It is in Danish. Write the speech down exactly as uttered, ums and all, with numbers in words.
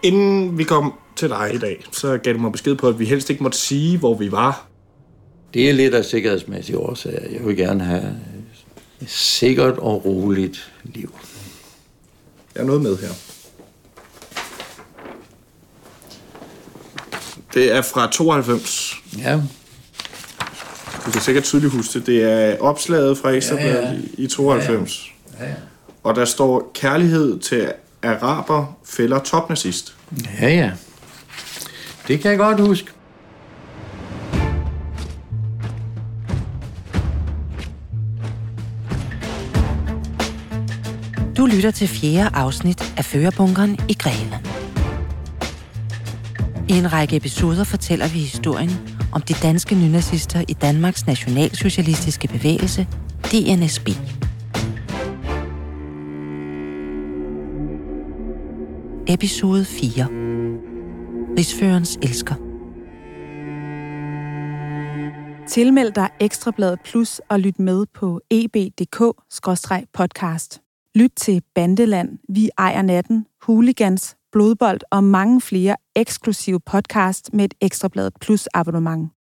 Inden vi kom til dig i dag, så gav du mig besked på, at vi helst ikke måtte sige, hvor vi var. Det er lidt af sikkerhedsmæssige årsager. Jeg vil gerne have et sikkert og roligt liv. Jeg er noget med her. Det er fra tooghalvfems. Ja. Du kan sikkert tydeligt huske det. Det er opslaget fra Ekstrabladet ja, ja. i tooghalvfems. Ja, ja. Ja, ja. Og der står, kærlighed til araber fælder topnazist. Ja, ja. Det kan jeg godt huske. Du lytter til fjerde afsnit af Førerbunkeren i Greve. I en række episoder fortæller vi historien om de danske nynazister i Danmarks nationalsocialistiske bevægelse, D N S B. Episode fire. Rigsførerens elsker. Tilmeld dig Ekstrabladet Plus og lyt med på e b punktum d k skråstreg podcast. Lyt til Bandeland, Vi ejer natten, Hooligans, Blodbold og mange flere eksklusive podcasts med et Ekstrabladet Plus abonnement.